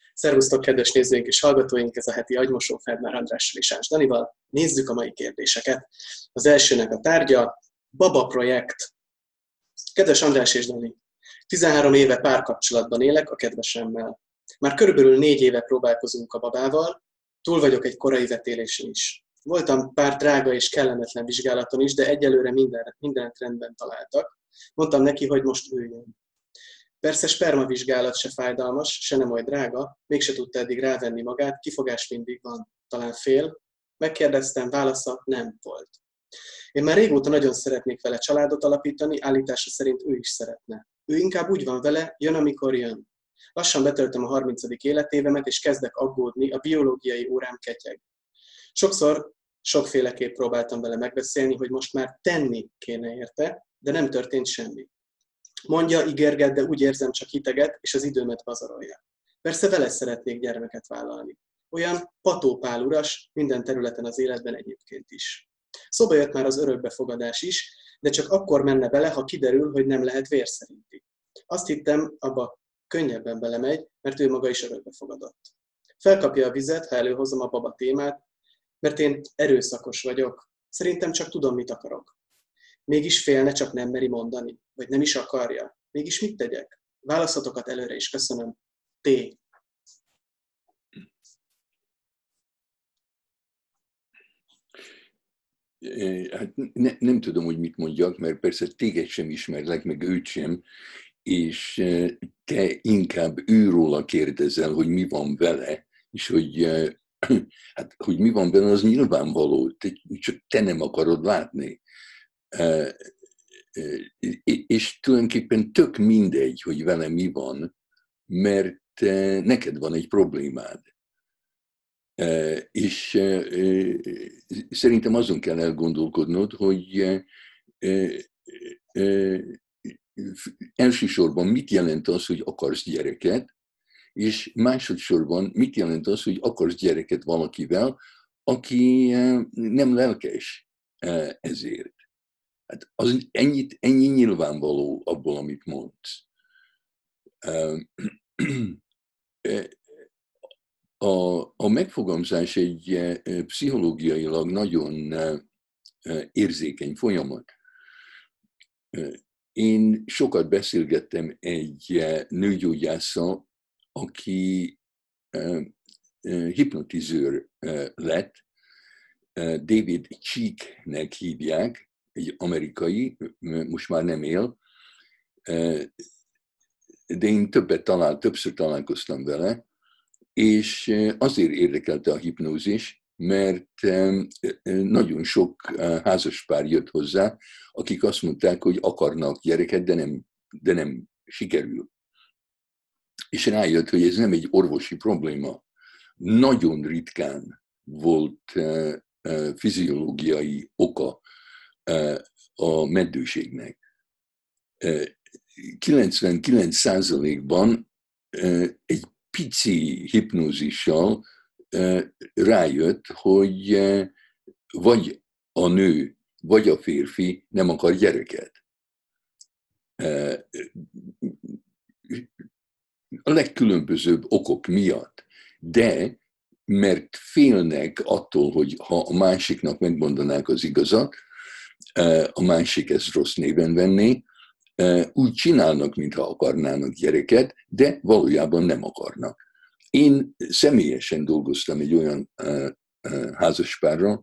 Szervusztok, kedves nézőink és hallgatóink! Ez a heti agymosó Fedmár Andrással és Ács Danival. Nézzük a mai kérdéseket. Az elsőnek a tárgya Baba projekt. Kedves András és Dani, 13 éve párkapcsolatban élek a kedvesemmel. Már körülbelül 4 éve próbálkozunk a babával, túl vagyok egy korai vetélésen is. Voltam pár drága és kellemetlen vizsgálaton is, de egyelőre mindent rendben találtak. Mondtam neki, hogy most üljön. Persze spermavizsgálat se fájdalmas, se nem oly drága, mégse tudta eddig rávenni magát, kifogás mindig van, talán fél. Megkérdeztem, válasza nem volt. Én már régóta nagyon szeretnék vele családot alapítani, állítása szerint ő is szeretne. Ő inkább úgy van vele, jön, amikor jön. Lassan betöltöm a 30. életévemet, és kezdek aggódni, a biológiai órám ketyeg. Sokszor, sokféleképp próbáltam vele megbeszélni, hogy most már tenni kéne érte, de nem történt semmi. Mondja, ígérget, de úgy érzem, csak hiteget, és az időmet pazarolja. Persze vele szeretnék gyermeket vállalni. Olyan patópál uras minden területen az életben egyébként is. Szóba jött már az örökbefogadás is, de csak akkor menne bele, ha kiderül, hogy nem lehet vér szerinti. Azt hittem, abba könnyebben belemegy, mert ő maga is örökbefogadott. Felkapja a vizet, ha előhozom a baba témát, mert én erőszakos vagyok. Szerintem csak tudom, mit akarok. Mégis félne, csak nem meri mondani, vagy nem is akarja. Mégis mit tegyek? Válaszatokat előre is köszönöm. T. Hát nem tudom, hogy mit mondjak, mert persze téged sem ismerlek, meg őt sem, és te inkább őróla kérdezel, hogy mi van vele, és hogy, hát, hogy mi van vele, az nyilvánvaló, csak te nem akarod látni. És tulajdonképpen tök mindegy, hogy vele mi van, mert neked van egy problémád. És szerintem azon kell elgondolkodnod, hogy elsősorban mit jelent az, hogy akarsz gyereket, és másodszorban mit jelent az, hogy akarsz gyereket valakivel, aki nem lelkes ezért. Hát ennyi nyilvánvaló abból, amit mondsz. A megfogalmazás egy pszichológiailag nagyon érzékeny folyamat. Én sokat beszélgettem egy nőgyógyásszal, aki hipnotizőr lett, David Cheeknek hívják, egy amerikai, most már nem él, de én többször találkoztam vele, és azért érdekelte a hipnózis, mert nagyon sok házaspár jött hozzá, akik azt mondták, hogy akarnak gyereket, de nem sikerül. És rájött, hogy ez nem egy orvosi probléma. Nagyon ritkán volt fiziológiai oka a meddőségnek. 99%-ban egy pici hipnózissal rájött, hogy vagy a nő, vagy a férfi nem akar gyereket. A legkülönbözőbb okok miatt. De mert félnek attól, hogy ha a másiknak megmondanák az igazat, a másik ezt rossz néven venné, úgy csinálnak, mintha akarnának gyereket, de valójában nem akarnak. Én személyesen dolgoztam egy olyan házaspárral,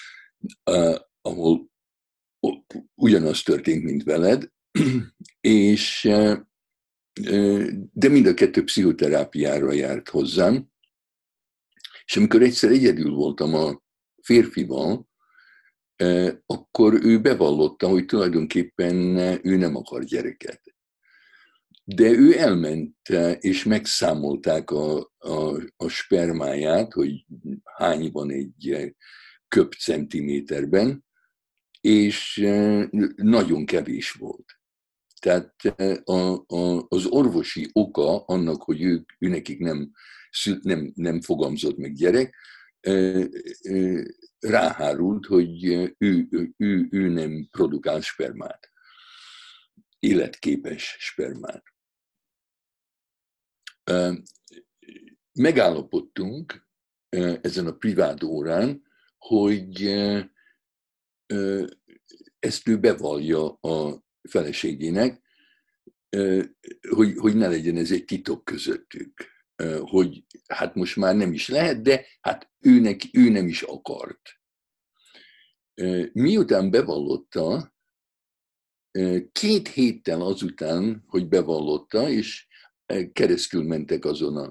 ahol ugyanaz történt, mint veled, és, de mind a kettő pszichoterápiára járt hozzám, és amikor egyszer egyedül voltam a férfival, akkor ő bevallotta, hogy tulajdonképpen ő nem akar gyereket. De ő elment, és megszámolták a spermáját, hogy hány van egy köbcentiméterben, és nagyon kevés volt. Tehát az orvosi oka annak, hogy ő nekik nem fogamzott meg gyerek, ráhárult, hogy ő nem produkál spermát, életképes spermát. megállapodtunk ezen a privát órán, hogy ezt ő bevallja a feleségének, hogy ne legyen ez egy titok közöttük. Hogy hát most már nem is lehet, de hát ő nem is akart. Miután bevallotta, 2 héttel azután, hogy bevallotta, és keresztül mentek azon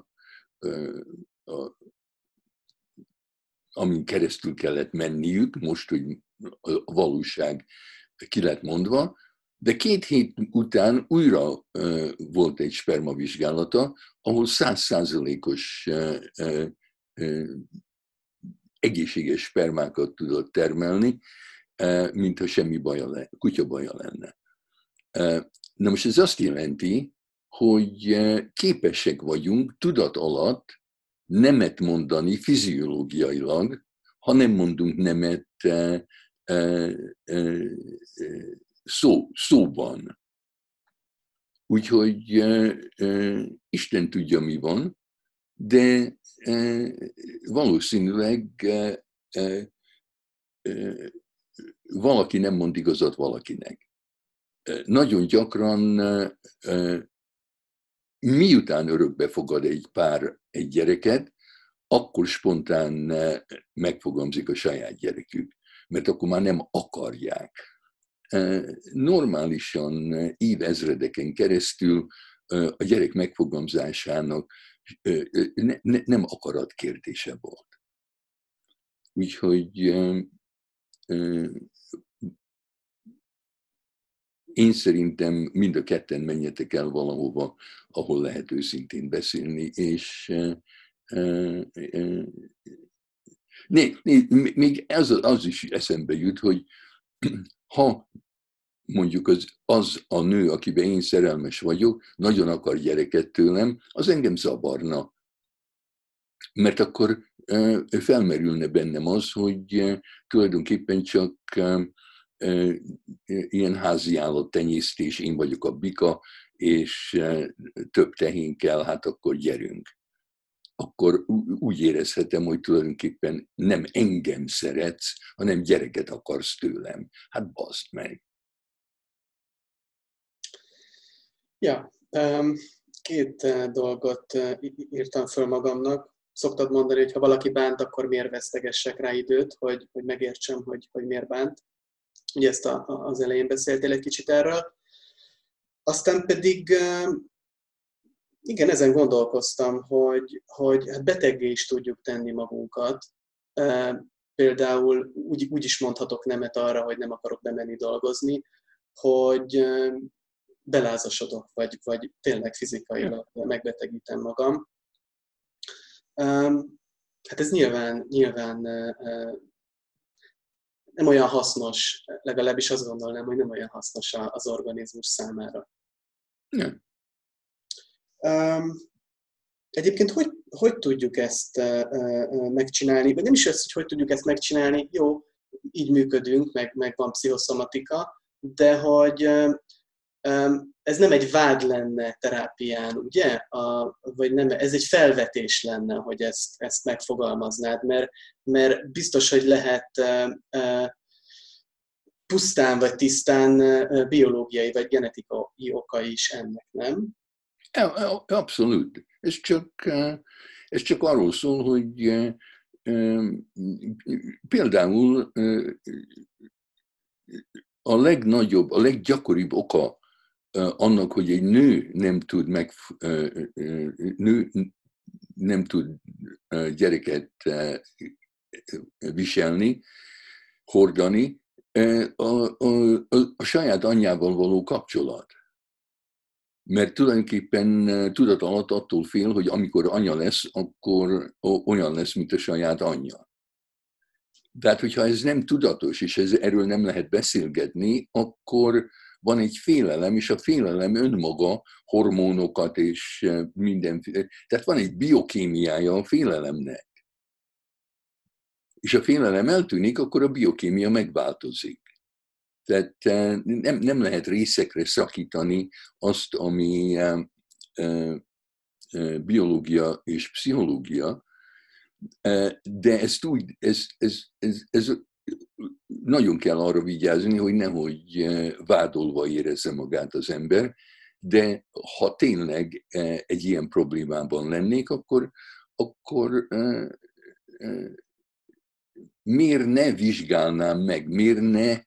amin keresztül kellett menniük, most, hogy a valóság ki lett mondva, de 2 hét után újra volt egy spermavizsgálata, ahol 100%-os egészséges spermákat tudott termelni, mintha semmi kutya baja lenne. Na most ez azt jelenti, hogy képesek vagyunk tudat alatt nemet mondani fiziológiailag, ha nem mondunk nemet szóban. Úgyhogy Isten tudja, mi van, de valószínűleg valaki nem mond igazat valakinek. Nagyon gyakran, miután örökbe fogad egy pár egy gyereket, akkor spontán megfogalmazik a saját gyerekük, mert akkor már nem akarják. Normálisan évezredeken keresztül a gyerek megfogalmazásának nem akarat kérdése volt. Úgyhogy én szerintem mind a ketten menjetek el valahova, ahol lehet őszintén beszélni, és még az is eszembe jut, hogy ha mondjuk az a nő, akiben én szerelmes vagyok, nagyon akar gyereket tőlem, az engem zavarna. Mert akkor felmerülne bennem az, hogy tulajdonképpen csak ilyen házi állattenyésztés, én vagyok a bika, és több tehén kell, hát akkor gyerünk. Akkor úgy érezhetem, hogy tulajdonképpen nem engem szeretsz, hanem gyereket akarsz tőlem. Hát baszd meg. Ja, 2 dolgot írtam föl magamnak. Szoktad mondani, hogy ha valaki bánt, akkor miért vesztegessek rá időt, hogy megértsem, hogy miért bánt. Ugye ezt az elején beszéltél egy kicsit erről. Aztán pedig, igen, ezen gondolkoztam, hogy hát beteggé is tudjuk tenni magunkat. Például úgy is mondhatok nemet arra, hogy nem akarok bemenni dolgozni, hogy belázasodok, vagy tényleg fizikailag megbetegítem magam. Hát ez nyilván nem olyan hasznos, legalábbis azt gondolnám, hogy nem olyan hasznos az organizmus számára. Nem. Egyébként hogy tudjuk ezt megcsinálni? Vagy nem is az, hogy tudjuk ezt megcsinálni, jó, így működünk, meg van pszichoszomatika, de hogy ez nem egy vád lenne terápián, ugye? Vagy nem, ez egy felvetés lenne, hogy ezt megfogalmaznád, mert biztos, hogy lehet pusztán vagy tisztán biológiai vagy genetikai okai is ennek, nem? Abszolút. Ez csak arról szól, hogy például a leggyakoribb oka annak, hogy egy nő nem tud gyereket viselni, hordani, a saját anyjával való kapcsolat. Mert tulajdonképpen tudat alatt attól fél, hogy amikor anya lesz, akkor olyan lesz, mint a saját anyja. Tehát, hogyha ez nem tudatos, és erről nem lehet beszélgetni, akkor van egy félelem, és a félelem önmaga hormonokat és mindenféle. Tehát van egy biokémiája a félelemnek. És a félelem eltűnik, akkor a biokémia megváltozik. Tehát nem lehet részekre szakítani azt, ami biológia és pszichológia, de ez nagyon kell arra vigyázni, hogy nehogy vádolva érezze magát az ember, de ha tényleg egy ilyen problémában lennék, akkor miért ne vizsgálnám meg, miért ne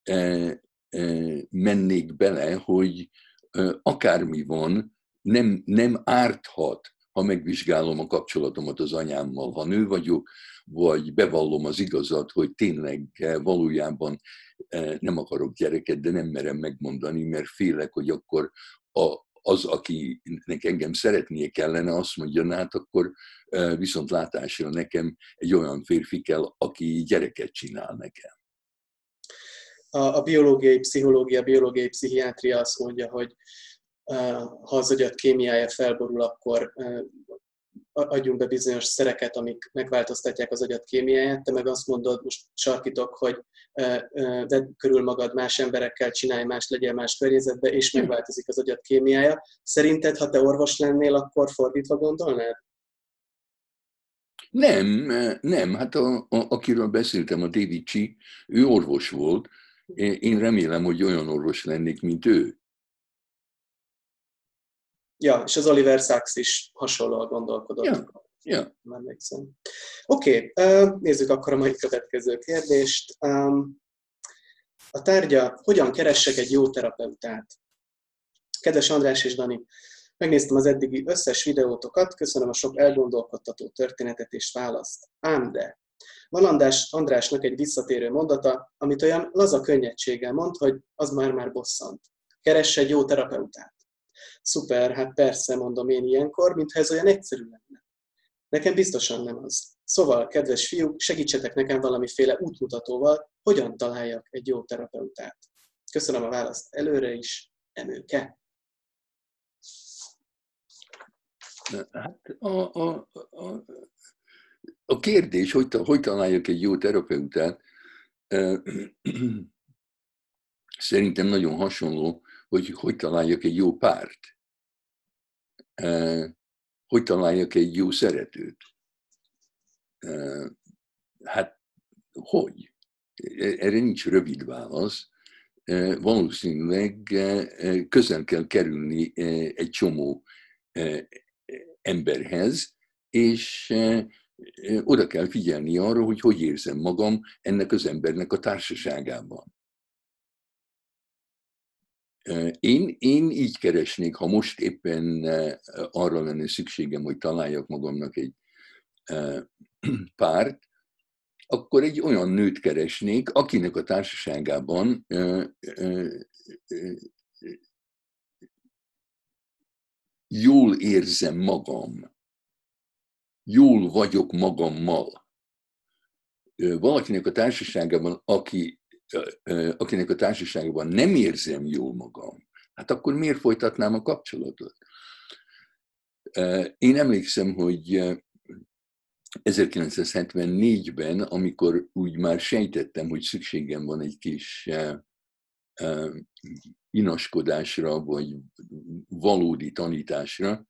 mennék bele, hogy akármi van, nem árthat, ha megvizsgálom a kapcsolatomat az anyámmal, ha nő vagyok, vagy bevallom az igazat, hogy tényleg valójában nem akarok gyereket, de nem merem megmondani, mert félek, hogy akkor az, akinek engem szeretnie kellene, azt mondja, na hát akkor viszont látásra nekem egy olyan férfi kell, aki gyereket csinál nekem. A biológiai pszichológia, biológiai pszichiátria azt mondja, hogy ha az agyat kémiája felborul, akkor adjunk be bizonyos szereket, amik megváltoztatják az agyat kémiáját. Te meg azt mondod, most sarkítok, hogy vedd körül magad más emberekkel, csinálj más, legyél más környezetbe, és megváltozik az agyat kémiája. Szerinted, ha te orvos lennél, akkor fordítva gondolnád? Nem. Hát akiről beszéltem, a David Chi, ő orvos volt. Én remélem, hogy olyan orvos lennék, mint ő. Ja, és az Oliver Sacks is hasonlóan gondolkodott. Ja. Oké, nézzük akkor a mai következő kérdést. A tárgya, hogyan keressek egy jó terapeutát? Kedves András és Dani, megnéztem az eddigi összes videótokat, köszönöm a sok elgondolkodtató történetet és választ. Ám de, van Andrásnak egy visszatérő mondata, amit olyan laza könnyedséggel mond, hogy az már bosszant. Keresse egy jó terapeutát. Szuper, hát persze, mondom én ilyenkor, mintha ez olyan egyszerű lenne. Nekem biztosan nem az. Szóval, kedves fiúk, segítsetek nekem valamiféle útmutatóval, hogyan találjak egy jó terapeutát. Köszönöm a választ előre is, Emőke. Hát a kérdés, hogy találjak egy jó terapeutát, szerintem nagyon hasonló, hogy találjak egy jó párt. Hogy találjak egy jó szeretőt. Hát, hogy? Erre nincs rövid válasz. Valószínűleg közel kell kerülni egy csomó emberhez, és oda kell figyelni arra, hogy érzem magam ennek az embernek a társaságában. Én így keresnék, ha most éppen arra lenne szükségem, hogy találjak magamnak egy párt, akkor egy olyan nőt keresnék, akinek a társaságában jól érzem magam, jól vagyok magammal. Valakinek a társaságában, akinek a társaságban nem érzem jól magam, hát akkor miért folytatnám a kapcsolatot? Én emlékszem, hogy 1974-ben, amikor úgy már sejtettem, hogy szükségem van egy kis inaskodásra, vagy valódi tanításra,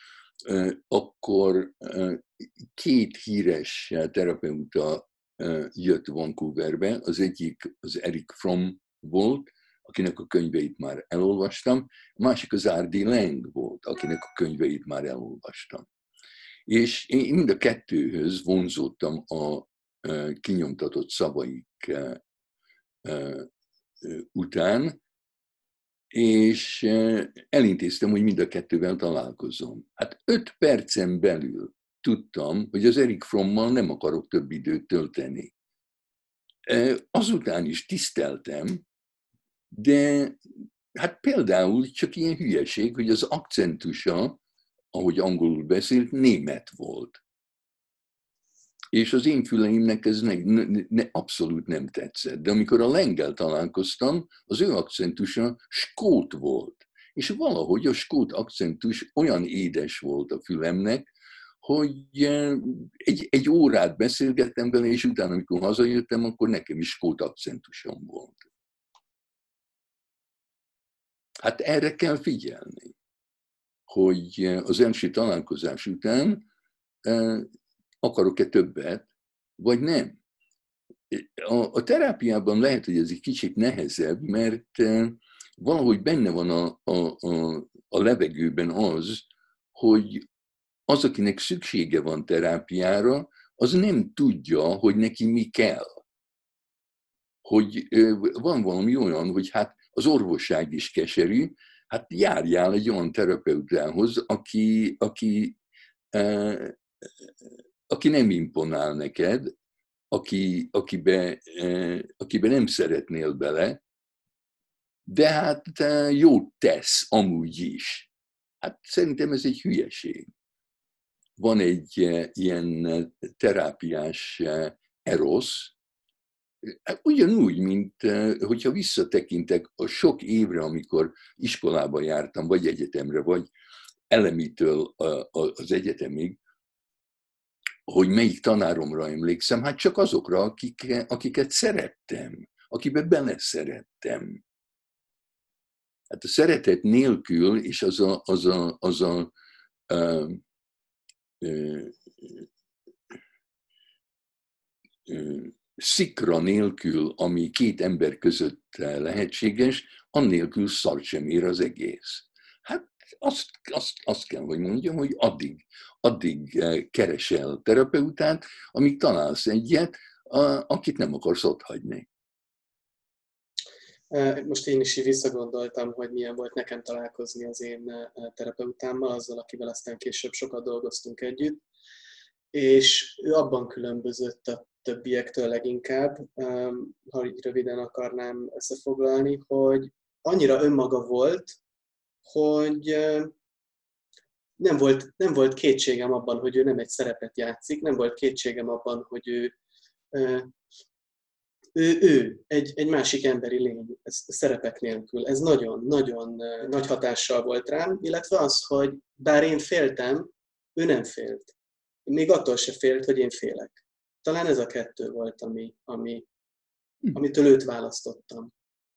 akkor két híres terapeuta jött Vancouverbe. Az egyik az Erich Fromm volt, akinek a könyveit már elolvastam, a másik az R.D. Laing volt, akinek a könyveit már elolvastam. És én mind a kettőhöz vonzódtam a kinyomtatott szavaik után, és elintéztem, hogy mind a kettővel találkozom. Hát 5 percen belül tudtam, hogy az Erich Frommmal nem akarok több időt tölteni. Azután is tiszteltem, de hát például csak ilyen hülyeség, hogy az akcentusa, ahogy angolul beszélt, német volt. És az én füleimnek ez abszolút nem tetszett. De amikor a Langgel találkoztam, az ő akcentusa skót volt. És valahogy a skót akcentus olyan édes volt a fülemnek, hogy egy órát beszélgettem vele, és utána, amikor hazajöttem, akkor nekem is skót akcentusom volt. Hát erre kell figyelni. hogy az első találkozás után akarok-e többet, vagy nem. A terápiában lehet, hogy ez egy kicsit nehezebb, mert valahogy benne van a levegőben az, hogy az, akinek szüksége van terápiára, az nem tudja, hogy neki mi kell. Hogy van valami olyan, hogy hát az orvosság is keserű, hát járjál egy olyan terapeutához, aki nem imponál neked, akibe nem szeretnél bele, de hát jót tesz amúgy is. Hát szerintem ez egy hülyeség. Van egy ilyen terápiás erosz, ugyanúgy, mint hogyha visszatekintek a sok évre, amikor iskolába jártam, vagy egyetemre, vagy elemitől az egyetemig, hogy melyik tanáromra emlékszem, hát csak azokra, akiket szerettem, akibe beleszerettem. Hát a szeretet nélkül, és az a szikra nélkül, ami két ember között lehetséges, annélkül szart sem ér az egész. Hát azt kell, hogy mondjam, hogy addig keresel terapeutát, amíg találsz egyet, akit nem akarsz otthagyni. Most én is így visszagondoltam, hogy milyen volt nekem találkozni az én terapeutámmal, azzal, akivel aztán később sokat dolgoztunk együtt, és ő abban különbözött a többiektől leginkább, ha így röviden akarnám összefoglalni, hogy annyira önmaga volt, hogy nem volt kétségem abban, hogy ő nem egy szerepet játszik, nem volt kétségem abban, hogy ő egy másik emberi lény, ez szerepek nélkül. Ez nagyon-nagyon nagy hatással volt rám, illetve az, hogy bár én féltem, ő nem félt. Még attól se félt, hogy én félek. Talán ez a kettő volt, amitől őt választottam.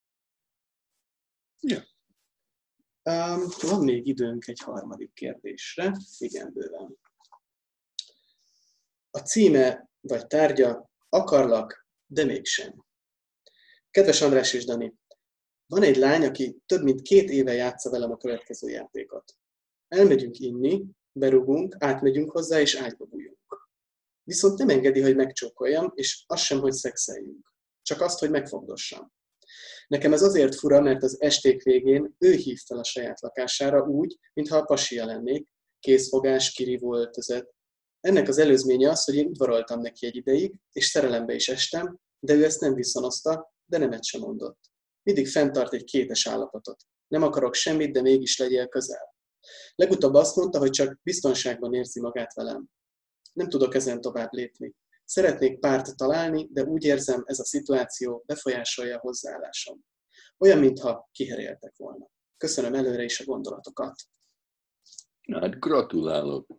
Yeah. Van még időnk egy harmadik kérdésre. Igen, bőven. A címe vagy tárgya: akarlak, de mégsem. Kedves András és Dani, van egy lány, aki több mint 2 éve játsza velem a következő játékot. Elmegyünk inni, berugunk, átmegyünk hozzá és ágyba bújunk. Viszont nem engedi, hogy megcsókoljam, és azt sem, hogy szexeljünk. Csak azt, hogy megfogdossam. Nekem ez azért fura, mert az esték végén ő hív fel a saját lakására úgy, mintha a pasia lennék, kézfogás, kirívó öltözet. Ennek az előzménye az, hogy én udvaroltam neki egy ideig, és szerelembe is estem, de ő ezt nem viszonozta, de nemet sem mondott. Mindig fenntart egy kétes állapotot. Nem akarok semmit, de mégis legyél közel. Legutóbb azt mondta, hogy csak biztonságban érzi magát velem. Nem tudok ezen tovább lépni. Szeretnék párt találni, de úgy érzem, ez a szituáció befolyásolja a hozzáállásom. Olyan, mintha kiheréltek volna. Köszönöm előre is a gondolatokat. Hát gratulálok.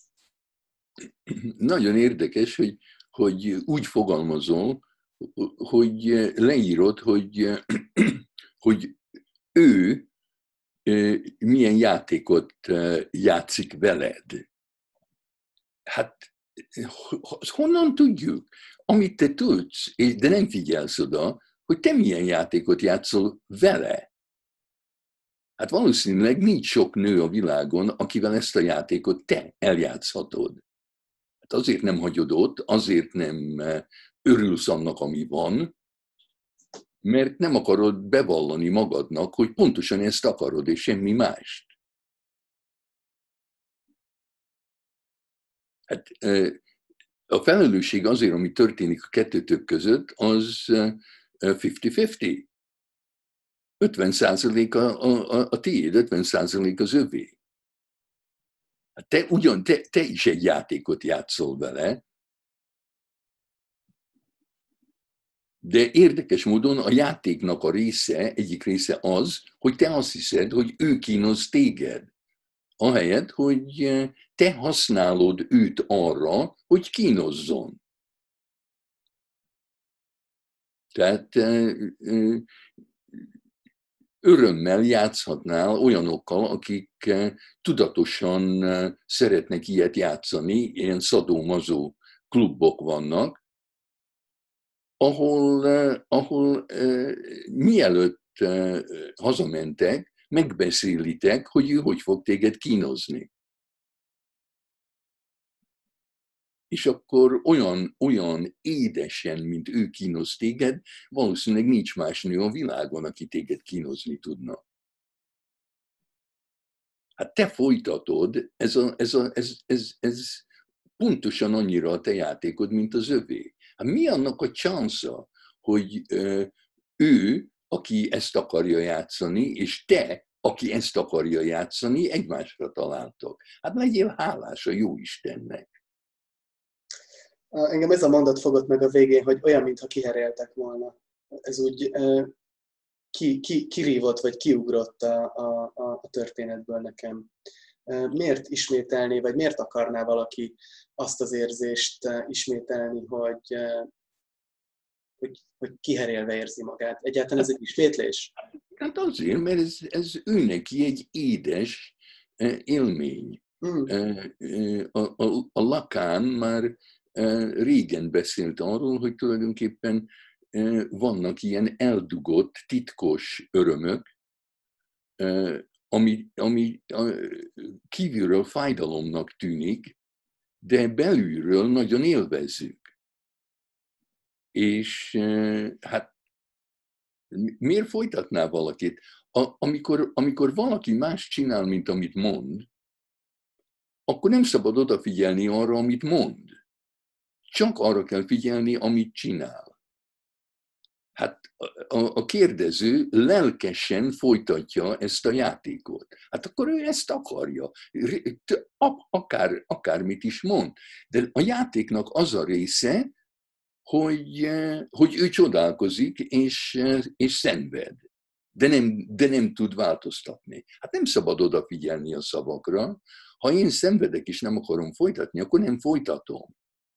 Nagyon érdekes, hogy úgy fogalmazol, hogy leírod, hogy ő milyen játékot játszik veled. Hát honnan tudjuk? Amit te tudsz, de nem figyelsz oda, hogy te milyen játékot játszol vele. Hát valószínűleg nincs sok nő a világon, akivel ezt a játékot te eljátszhatod. Hát azért nem hagyod ott, azért nem örülsz annak, ami van, mert nem akarod bevallani magadnak, hogy pontosan ezt akarod, és semmi mást. Hát a felelősség azért, ami történik a kettőtök között, az 50-50. 50% a tiéd, 50% az övé. Te is egy játékot játszol vele, de érdekes módon a játéknak a egyik része az, hogy te azt hiszed, hogy ő kínoz téged. Ahelyett, hogy te használod őt arra, hogy kínozzon. Tehát örömmel játszhatnál olyanokkal, akik tudatosan szeretnek ilyet játszani, ilyen szadó-mazó klubok vannak, ahol mielőtt hazamentek, megbeszélitek, hogy ő hogy fog téged kínozni. És akkor olyan édesen, mint ő kínoz téged, valószínűleg nincs más nő a világon, aki téged kínozni tudna. Hát te folytatod, ez pontosan annyira a te játékod, mint az övé. Hát mi annak a chansza, hogy ő, aki ezt akarja játszani, és te, aki ezt akarja játszani, egymásra találtok. Hát legyél hálás a Jóistennek. Engem ez a mondat fogott meg a végén, hogy olyan, mintha kiheréltek volna. Ez úgy kirívott, vagy kiugrott a történetből nekem. Miért ismételni, vagy miért akarná valaki azt az érzést ismételni, hogy kiherélve érzi magát? Egyáltalán ez egy ismétlés? Hát azért, mert ez ő neki egy édes élmény. A Lacan már régen beszélt arról, hogy tulajdonképpen vannak ilyen eldugott, titkos örömök, ami kívülről fájdalomnak tűnik, de belülről nagyon élvezzük. És hát miért folytatná valakit? Amikor valaki más csinál, mint amit mond, akkor nem szabad odafigyelni arra, amit mond. Csak arra kell figyelni, amit csinál. Hát a kérdező lelkesen folytatja ezt a játékot. Hát akkor ő ezt akarja. Akármit is mond. De a játéknak az a része, hogy ő csodálkozik és szenved. De nem tud változtatni. Hát nem szabad odafigyelni a szavakra. Ha én szenvedek és nem akarom folytatni, akkor nem folytatom.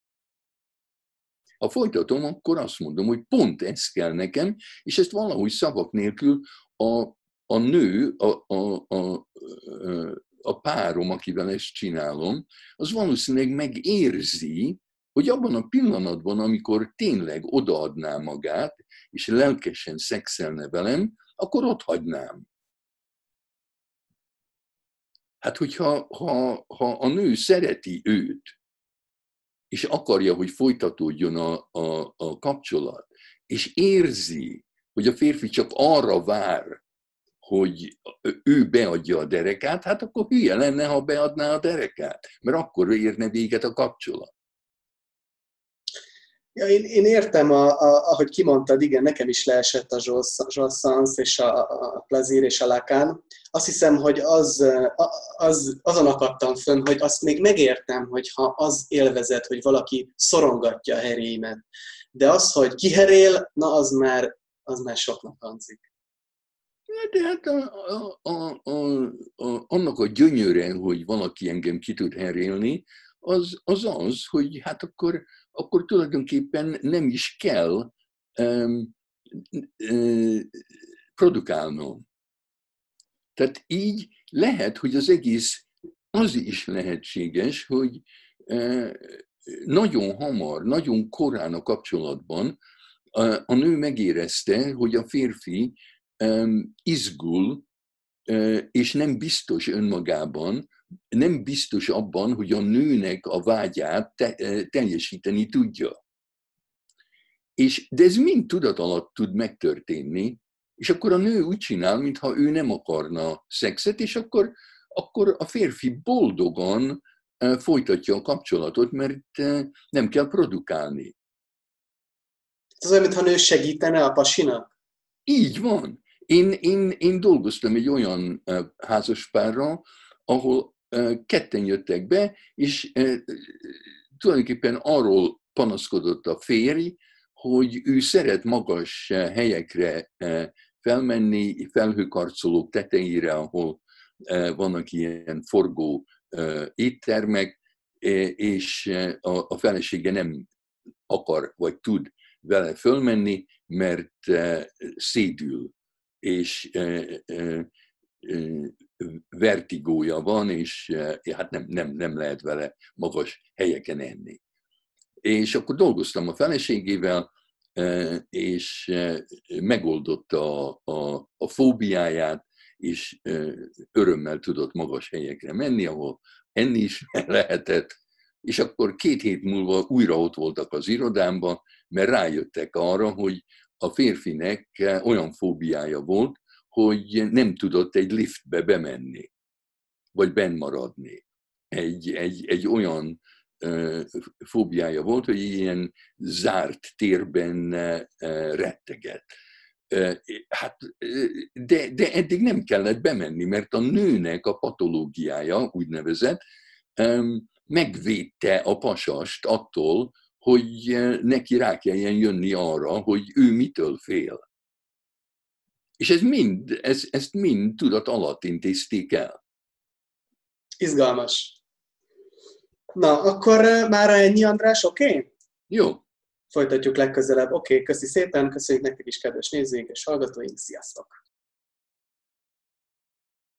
Ha folytatom, akkor azt mondom, hogy pont ez kell nekem, és ezt valahogy szavak nélkül a nő, a párom, akivel ezt csinálom, az valószínűleg megérzi, hogy abban a pillanatban, amikor tényleg odaadná magát, és lelkesen szexelne velem, akkor ott hagynám. Hát, hogyha a nő szereti őt, és akarja, hogy folytatódjon a kapcsolat, és érzi, hogy a férfi csak arra vár, hogy ő beadja a derekát, hát akkor hülye lenne, ha beadná a derekát, mert akkor érne véget a kapcsolat. Ja, én értem, ahogy kimondtad, igen, nekem is leesett a Jules Sens és a Plaisir és a Lacan. Azt hiszem, hogy azon akadtam fönn, hogy azt még megértem, hogyha az élvezet, hogy valaki szorongatja a heréimet. De az, hogy kiherél, na az már soknak hangzik. De hát annak a gyönyöre, hogy valaki engem ki tud herélni, az, hogy hát akkor tulajdonképpen nem is kell produkálnom. Tehát így lehet, hogy az egész az is lehetséges, hogy nagyon hamar, nagyon korán a kapcsolatban a nő megérezte, hogy a férfi izgul, és nem biztos önmagában, nem biztos abban, hogy a nőnek a vágyát teljesíteni tudja. De ez mind tudat alatt tud megtörténni, és akkor a nő úgy csinál, mintha ő nem akarna szexet, és akkor a férfi boldogan folytatja a kapcsolatot, mert nem kell produkálni. Ez olyan, mintha a nő segítene a pasinak? Így van. Én dolgoztam egy olyan házaspárral, ahol ketten jöttek be, és tulajdonképpen arról panaszkodott a férj, hogy ő szeret magas helyekre felmenni, felhőkarcolók tetejére, ahol vannak ilyen forgó éttermek, és a felesége nem akar vagy tud vele fölmenni, mert szédül és vertigója van, és hát nem lehet vele magas helyeken enni. És akkor dolgoztam a feleségével, és megoldotta a fóbiáját, és örömmel tudott magas helyekre menni, ahol enni is lehetett, és akkor 2 hét múlva újra ott voltak az irodámban, mert rájöttek arra, hogy a férfinek olyan fóbiája volt, hogy nem tudott egy liftbe bemenni, vagy benn maradni. Egy olyan fóbiája volt, hogy ilyen zárt térben retteget. Hát, de eddig nem kellett bemenni, mert a nőnek a patológiája, úgynevezett, megvédte a pasast attól, hogy neki rá kelljen jönni arra, hogy ő mitől fél. És ezt mind tudat alatt intézték el. Izgalmas. Na, akkor mára ennyi, András, oké? Jó. Folytatjuk legközelebb. Oké, köszi szépen, köszönjük nektek is, kedves nézőink és hallgatóink, sziasztok!